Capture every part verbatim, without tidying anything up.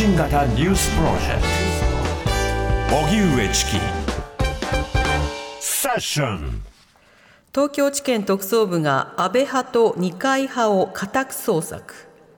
信型ニュースプロジェクト荻上チキセッション。 東京地検特捜部が安倍派と二階派を家宅捜索。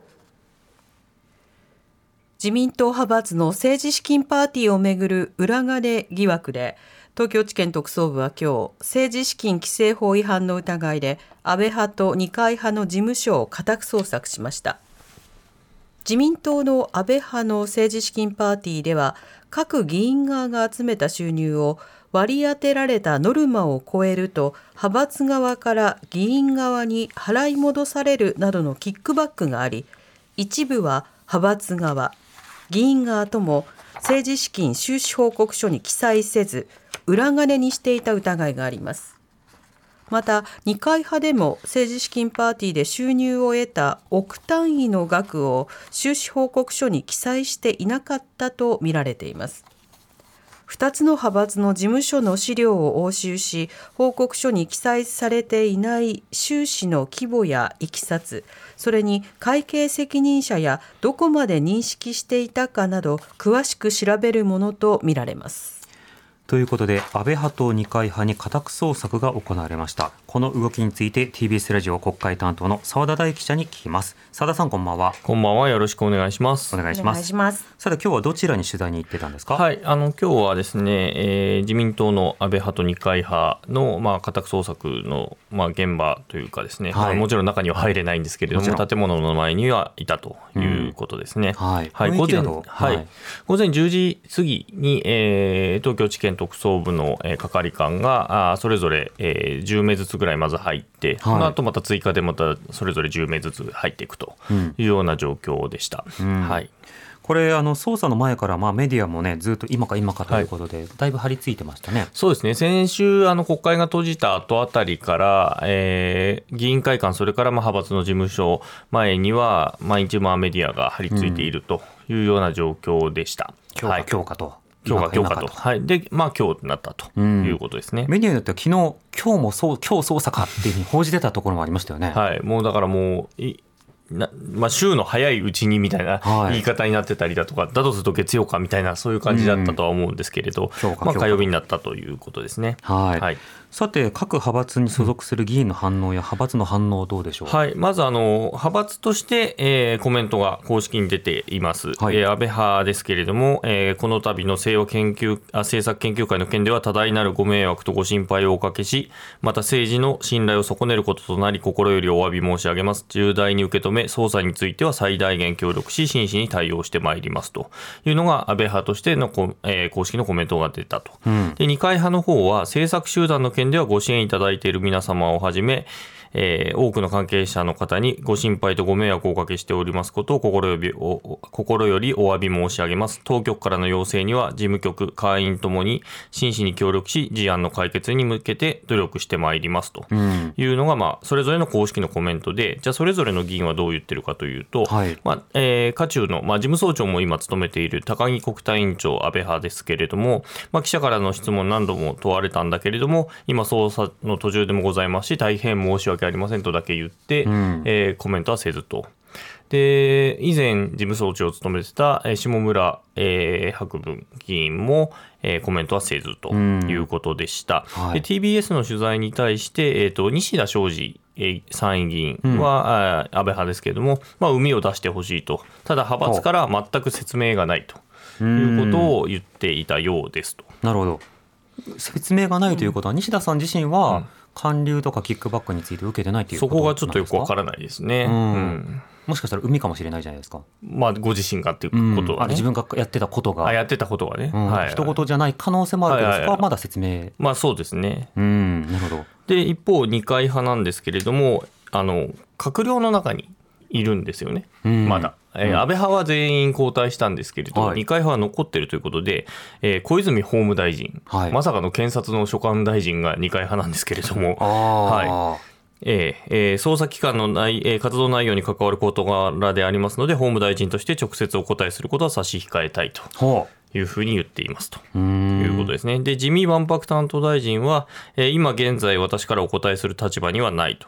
自民党派閥の政治資金パーティーをめぐる裏金疑惑で、東京地検特捜部は今日、政治資金規正法違反の疑いで安倍派と二階派の事務所を家宅捜索しました。自民党の安倍派の政治資金パーティーでは、各議員側が集めた収入を割り当てられたノルマを超えると派閥側から議員側に払い戻されるなどのキックバックがあり、一部は派閥側、議員側とも政治資金収支報告書に記載せず、裏金にしていた疑いがあります。また二階派でも政治資金パーティーで収入を得た億単位の額を収支報告書に記載していなかったとみられています。ふたつの派閥の事務所の資料を押収し、報告書に記載されていない収支の規模やいきさつ、それに会計責任者やどこまで認識していたかなど詳しく調べるものとみられます。 ということで、安倍派と二階派に家宅捜索が行われました。この動きについて ティービーエス ラジオ国会担当の澤田大記者に聞きます。澤田さん、こんばんは。 こんばんは、よろしくお願いします。 お願いします。さて、今日はどちらに取材に行ってたんですか？ はい、あの今日はですね、えー、自民党の安倍派と二階派の、まあ、家宅捜索の、まあ、現場というかですね、はい、もちろん中には入れないんですけれども、建物の前にはいたということですね。 うん、はいはい、午前、はいはい、午前じゅうじ過ぎに、えー、東京地検特捜部の係官があそれぞれ、えー、じゅうめいずつぐらいまず入って、はい、その後また追加でまたそれぞれじゅうめいずつ入っていくというような状況でした。うん、はい、 これあの捜査の前から、まあ、メディアも、ね、ずっと今か今かということで、はい、だいぶ張り付いてましたね。 そうですね、先週あの国会が閉じた後あたりから、えー、議員会館、それからまあ派閥の事務所前には毎日まあメディアが張り付いているというような状況でした。 うん、今日か今日かと、はい今日か今日かと、はい、でまあ今日になったということですね。 うん、メディアによっては昨日今日もそう今日捜査かっていうふうに報じてたところもありましたよね。 はい、もうだからもういな、まあ、週の早いうちにみたいな言い方になってたりだとか、はい、だとすると月曜かみたいなそういう感じだったとは思うんですけれど、うんまあ、火曜日になったということですね。 はい、はい、さて各派閥に所属する議員の反応や派閥の反応どうでしょう？ はい、まずあの派閥として、えー、コメントが公式に出ています。はい、えー、安倍派ですけれども、えー、この度の清和研究あ政策研究会の件では多大なるご迷惑とご心配をおかけし、また政治の信頼を損ねることとなり心よりお詫び申し上げます。重大に受け止め捜査については最大限協力し真摯に対応してまいりますというのが安倍派としての、えー、公式のコメントが出たと。うん、で二階派の方は政策集団の件ではご支援いただいている皆様をはじめ、えー、多くの関係者の方にご心配とご迷惑をおかけしておりますことを心より お, 心よりお詫び申し上げます。当局からの要請には事務局会員ともに真摯に協力し事案の解決に向けて努力してまいりますというのが、まあ、それぞれの公式のコメントで、じゃあそれぞれの議員はどう言ってるかというと、はいまあえー、渦中の、まあ、事務総長も今務めている高木国対委員長安倍派ですけれども、まあ、記者からの質問何度も問われたんだけれども今捜査の途中でもございますし大変申し訳ありませんとだけ言って、うんえー、コメントはせずと。で以前事務総長を務めてた下村、えー、博文議員も、えー、コメントはせずということでした。うんはい、で ティービーエス の取材に対して、えー、と西田昌司参院議員は、うん、安倍派ですけれども、まあ、膿を出してほしいと、ただ派閥からは全く説明がないということを言っていたようですと。 なるほど。説明がないということは、うん、西田さん自身は、うん還流とかキックバックについて受けてないということなんですか？ そこがちょっとよくわからないですね。うんうん、 もしかしたら海かもしれないじゃないですか。 まあ、ご自身がっていうことは、ねうん、 あ自分がやってたことがあやってたことがね、 うんはい、人事じゃない可能性もあるけど、はいはいはい、そこはまだ説明まあそうですね。 うんなるほど。 で一方二階派なんですけれども、あの閣僚の中にいるんですよね、うん、まだ、えーうん、安倍派は全員交代したんですけれど、はい、二階派は残っているということで、えー、小泉法務大臣、はい、まさかの検察の所管大臣が二階派なんですけれども、はいえーえー、捜査機関の内、えー、活動内容に関わる事柄でありますので法務大臣として直接お答えすることは差し控えたいというふうに言っていますということですね。で自見万博担当大臣は、えー、今現在私からお答えする立場にはないと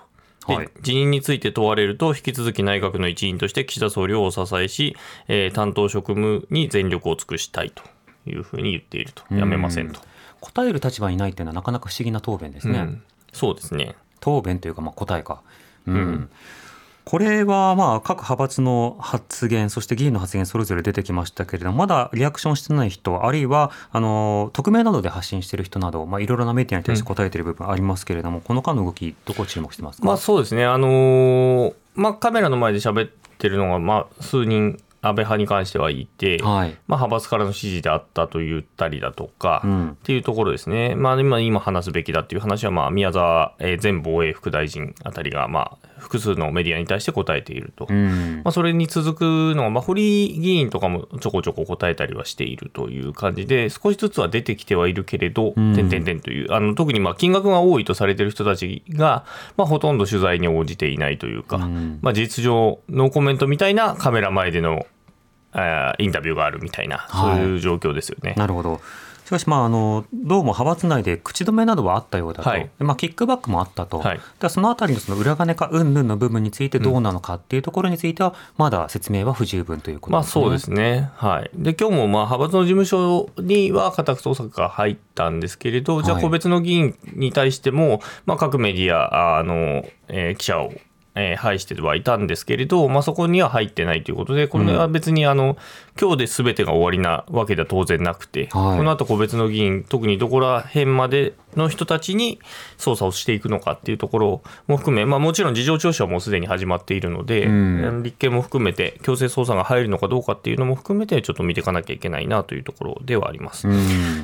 はい、辞任について問われると、引き続き内閣の一員として岸田総理をお支えし、えー、担当職務に全力を尽くしたいというふうに言っていると。やめませんと。 答える立場にないというのはなかなか不思議な答弁ですね。うん、 そうですね。 答弁というかまあ答えか。うん、うんこれはまあ各派閥の発言、そして議員の発言それぞれ出てきましたけれども、まだリアクションしてない人、あるいはあの匿名などで発信している人など、まあ、いろいろなメディアに対して答えている部分ありますけれども、うん、この間の動き、どこを注目してますか？ まあ、そうですね、あのーまあ、カメラの前で喋ってるのが、まあ、数人、安倍派に関してはいて、はいまあ、派閥からの支持であったと言ったりだとか、うん、っていうところですね、まあ、今、今話すべきだという話は、まあ、宮沢、えー、前防衛副大臣あたりが、まあ、複数のメディアに対して答えていると、うんまあ、それに続くのは、まあ、堀議員とかもちょこちょこ答えたりはしているという感じで、少しずつは出てきてはいるけれど、うん、点々点というあの特にまあ金額が多いとされている人たちが、まあ、ほとんど取材に応じていないというか、うんまあ、事実上ノーコメントみたいなカメラ前でのインタビューがあるみたいな、そういう状況ですよね。 はい、なるほど。しかし、まあ、あのどうも派閥内で口止めなどはあったようだと、はいまあ、キックバックもあったと、はい、でそのあたりのその裏金か云々の部分についてどうなのかっていうところについては、まだ説明は不十分ということですね。 まあ、そうですね、はい、で今日もまあ派閥の事務所には家宅捜索が入ったんですけれど、じゃあ個別の議員に対しても、まあ、各メディアあの、えー、記者をえー、配してはいたんですけれど、まあ、そこには入ってないということで、これは別にあの、うん、今日で全てが終わりなわけでは当然なくて、はい、この後個別の議員、特にどこら辺までの人たちに捜査をしていくのかっていうところも含め、まあ、もちろん事情聴取はもうすでに始まっているので、うん、立件も含めて強制捜査が入るのかどうかっていうのも含めてちょっと見ていかなきゃいけないなというところではあります。うん、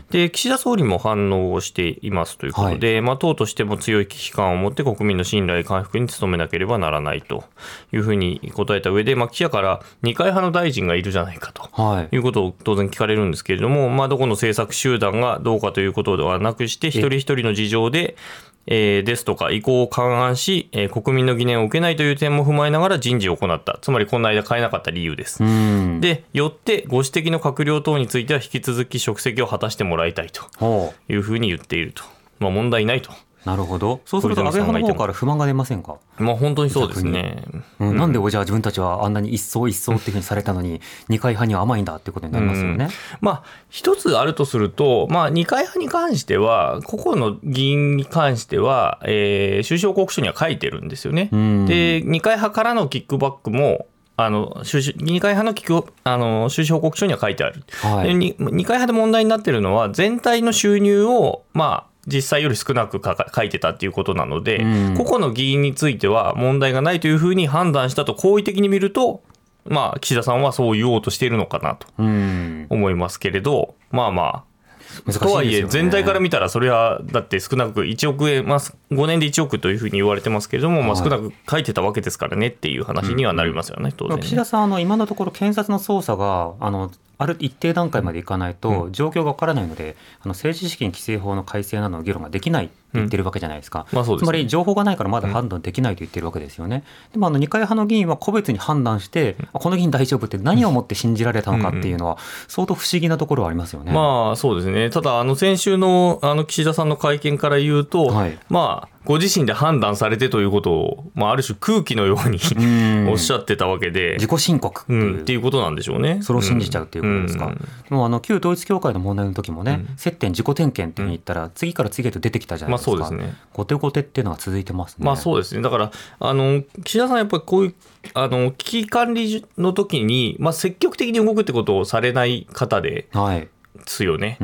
で岸田総理も反応をしていますということで、はいまあ、党としても強い危機感を持って国民の信頼回復に努めなければならないというふうに答えた上で、まあ、記者から二階派の大臣がいるじゃないかと、はい、いうことを当然聞かれるんですけれども、まあ、どこの政策集団がどうかということではなくして、一人一人の事情で、えー、ですとか意向を勘案し、えー、国民の疑念を受けないという点も踏まえながら人事を行った。つまりこの間変えなかった理由です。でよってご指摘の閣僚等については引き続き職責を果たしてもらいたいというふうに言っていると、まあ、問題ないと。 なるほど。そうすると安倍派の方から不満が出ませんか？ まあ、本当にそうですね、 うん、なんでじゃあ自分たちはあんなに一層一層っていうふうにされたのに二階派には甘いんだってことになりますよね。うん、 まあ、一つあるとすると、まあ、二階派に関しては個々の議員に関しては、えー、収支報告書には書いてるんですよね。うん、で二階派からのキックバックもあの二階派の聞くあの収支報告書には書いてある。はい、で二階派で問題になっているのは全体の収入をまあ実際より少なく書いてたっていうことなので、うん、個々の議員については問題がないというふうに判断したと好意的に見ると、まあ、岸田さんはそう言おうとしているのかなと思いますけれど、うん、まあまあ難しいですよね。とはいえ全体から見たらそれはだって少なくいちおくえん、まあ、ごねんでいちおくというふうに言われてますけれども、まあ、少なく書いてたわけですからねっていう話にはなりますよね、うん、当然ね。 岸田さんあの今のところ検察の捜査があのある一定段階までいかないと状況がわからないので、あの政治資金規正法の改正などの議論ができないって言ってるわけじゃないですか。うんまあそうですね、つまり情報がないからまだ判断できないと言ってるわけですよね。でもあの二階派の議員は個別に判断して、うん、この議員大丈夫って何をもって信じられたのかっていうのは相当不思議なところはありますよね。 まあそうですね。ただあの先週のあの岸田さんの会見から言うと、はい、まあご自身で判断されてということを、まあ、ある種空気のようにおっしゃってたわけで、 自己申告っていう、 うん、っていうことなんでしょうね。 それを信じちゃうっていうことですか。うんうん、でもあの旧統一教会の問題の時もね、うん、接点自己点検って言ったら次から次へと出てきたじゃないですか。まあそうですね。後手後手っていうのが続いてますね。 まあそうですね。だからあの岸田さんやっぱりこういうあの危機管理の時に、まあ、積極的に動くってことをされない方で、はいですよね。うん、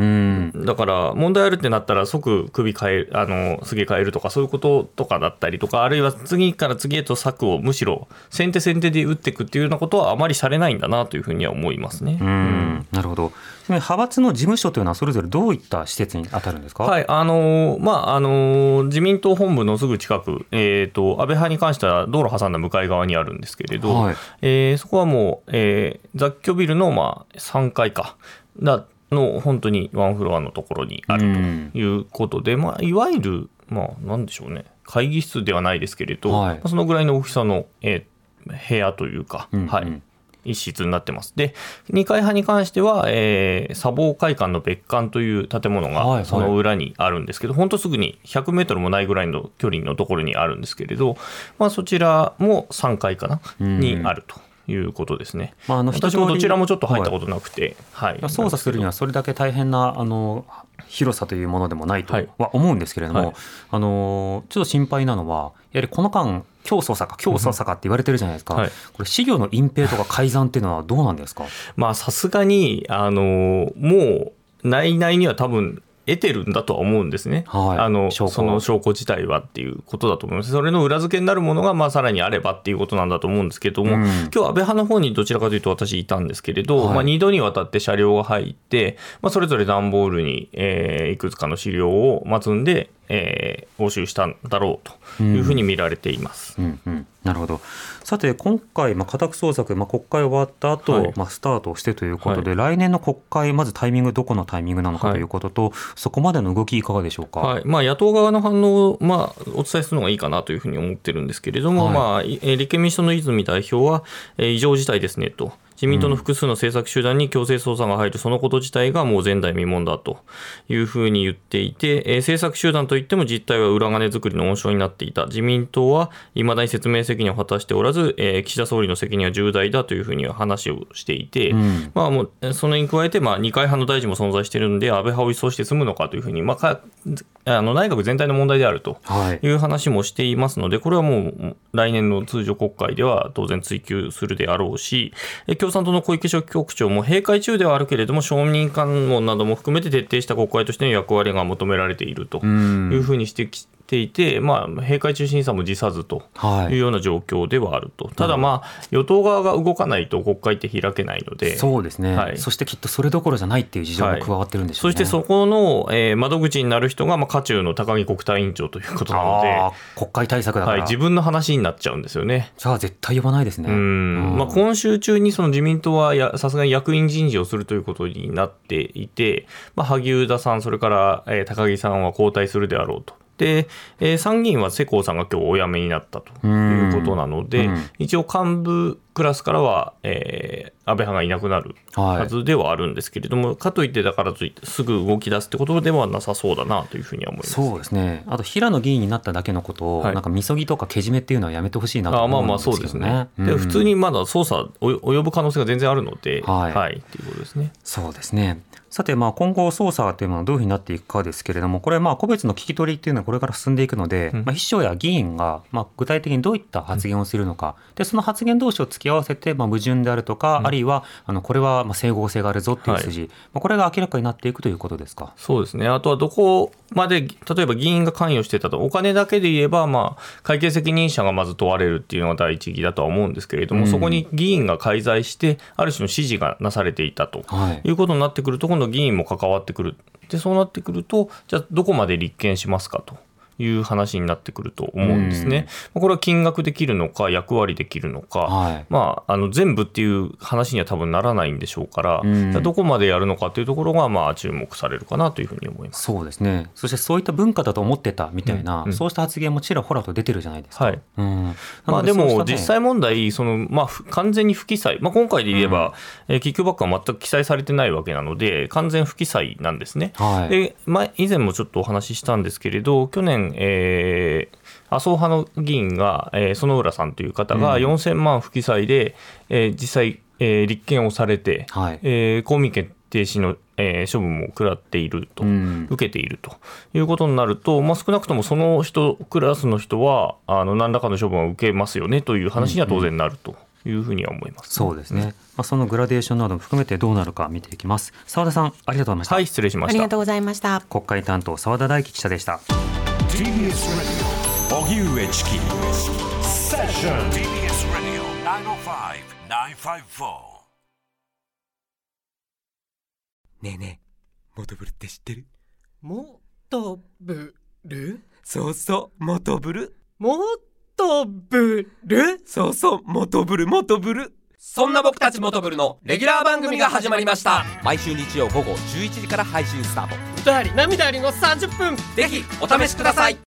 だから問題あるってなったら即首変えるあのすげ変えるとかそういうこととかだったりとか、あるいは次から次へと策をむしろ先手先手で打っていくっていうようなことはあまりされないんだなというふうには思いますね。 うん、うん、なるほど。派閥の事務所というのはそれぞれどういった施設に当たるんですか？ はい、あのまああの自民党本部のすぐ近く、えー、と安倍派に関しては道路挟んだ向かい側にあるんですけれど、はいえー、そこはもう、えー、雑居ビルの、まあ、さんかいかだの本当にワンフロアのところにあるということで、うんまあ、いわゆる、まあ、なんでしょうね、会議室ではないですけれど、はいまあ、そのぐらいの大きさの、えー、部屋というか、うんうんはい、 一室になってます。でにかいはに関しては、えー、砂防会館の別館という建物がその裏にあるんですけど、はいはい、本当すぐにひゃくメートルもないぐらいの距離のところにあるんですけれど、まあ、そちらもさんがいかなにあるということですね。まあ、あの私もどちらもちょっと入ったことなくて、 はいはい、操作するにはそれだけ大変なあの広さというものでもないとは思うんですけれども、はいはい、あのちょっと心配なのはやはりこの間強操作か強操作かって言われてるじゃないですか、はい、これ資料の隠蔽とか改ざんっていうのはどうなんですか。 まあさすがにあのもう内々には多分得てるんだとは思うんですね、はい、あのその証拠自体はっていうことだと思います。それの裏付けになるものがまあさらにあればっていうことなんだと思うんですけども、うん、今日安倍派の方にどちらかというと私いたんですけれど、はい、まあ、にどにわたって車両が入って、まあ、それぞれ段ボールに、えー、いくつかの資料を積んで、えー、押収したんだろうというふうに見られています、 うんうんうん、なるほど。さて今回、まあ、家宅捜索、まあ、国会終わった後、はい、まあ、スタートしてということで、はい、来年の国会まずタイミングどこのタイミングなのかということと、はい、そこまでの動きいかがでしょうか。 はい、まあ、野党側の反応を、まあ、お伝えするのがいいかなというふうに思ってるんですけれども、はい、まあ、立憲民主党の泉代表は、えー、異常事態ですねと。自民党の複数の政策集団に強制捜査が入るそのこと自体がもう前代未聞だというふうに言っていて、えー、政策集団といっても実態は裏金作りの温床になっていた。自民党はいまだに説明責任を果たしておらず、えー、岸田総理の責任は重大だというふうには話をしていて、うん、まあ、もうそれに加えて、まあ、二階派の大臣も存在しているので安倍派を一掃して済むのかというふうに、まあ、かあの内閣全体の問題であるという話もしていますので、これはもう来年の通常国会では当然追及するであろうし、共産党の小池書記局長も閉会中ではあるけれども承認喚問なども含めて徹底した国会としての役割が求められているというふうにしてきてていて、まあ、閉会中審査も辞さずというような状況ではあると、はい、ただ、まあ、与党側が動かないと国会って開けないので、 そうですね、はい、そしてきっとそれどころじゃないっていう事情も加わってるんでしょうね、 はい、そしてそこの、えー、窓口になる人が、まあ、渦中の高木国対委員長ということなので、 あ国会対策だから、はい、 自分の話になっちゃうんですよね。 じゃあ絶対呼ばないですね。 うん、まあ、今週中にその自民党はさすがに役員人事をするということになっていて、まあ、萩生田さんそれから、えー、高木さんは交代するであろうと。で、えー、参議院は世耕さんが今日お辞めになったということなので、うん、一応幹部クラスからは、えー、安倍派がいなくなるはずではあるんですけれども、はい、かといってだからといってすぐ動き出すってことではなさそうだなというふうには思います。 そうですね。あと平野議員になっただけのことを、はい、なんかみそぎとかけじめっていうのはやめてほしいなと思うんですけどね。あ、まあまあそうですね、うん、 で普通にまだ捜査及ぶ可能性が全然あるので、はい、はい、っていうことですね。 そうですね。さて、まあ今後捜査というのはどういうふうになっていくかですけれども、これまあ個別の聞き取りっていうのはこれから進んでいくので、うん、まあ、秘書や議員がまあ具体的にどういった発言をするのか、うん、でその発言同士を突き合わせてまあ矛盾であるとか、うん、あるいはあのこれはまあ整合性があるぞっていう筋、はい、まあ、これが明らかになっていくということですか。 そうですね。あとはどこまで例えば議員が関与してたと、お金だけで言えばまあ会計責任者がまず問われるっていうのが第一義だとは思うんですけれども、うん、そこに議員が介在してある種の指示がなされていたということになってくると、今度議員も関わってくる。でそうなってくると、じゃあどこまで立件しますかという話になってくると思うんですね。これは金額できるのか役割できるのか、はい、まあ、あの全部っていう話には多分ならないんでしょうから、じゃあどこまでやるのかというところがまあ注目されるかなというふうに思います。 そうですね。そしてそういった文化だと思ってたみたいな、うんうん、そうした発言もちらほらと出てるじゃないですか。はい、うん、 まあ、でも実際問題その、まあ、完全に不記載、まあ、今回で言えば、うん、えー、キックバックは全く記載されてないわけなので完全不記載なんですね。はい、で、まあ、以前もちょっとお話ししたんですけれど、去年、えー麻生派の議員が、えー、園浦さんという方がよんせんまん不記載で、うん、えー、実際、えー、立件をされて、はい、えー、公民権停止の、えー、処分も食らっていると、うん、受けているということになると、まあ、少なくともその人クラスの人はあの何らかの処分を受けますよねという話には当然なるというふうには思います、 ね。そうですね。まあ、そのグラデーションなども含めてどうなるか見ていきます。澤田さん、ありがとうございました。 はい、失礼しました。 ありがとうございました。 国会担当澤田大樹記者でした。 ティービーエス ラジオ荻上チキセッション ティービーエス ラジオきゅうまるご きゅうごよん。 ねえねえ、モトブルって知ってる？ モトブル？ そうそう、モトブル。 モトブル？ そうそう、モトブルモトブル。そんな僕たちモトブルのレギュラー番組が始まりました。毎週日曜午後じゅういちじから配信スタート。 歌あり涙ありのさんじゅっぷん、 ぜひお試しください。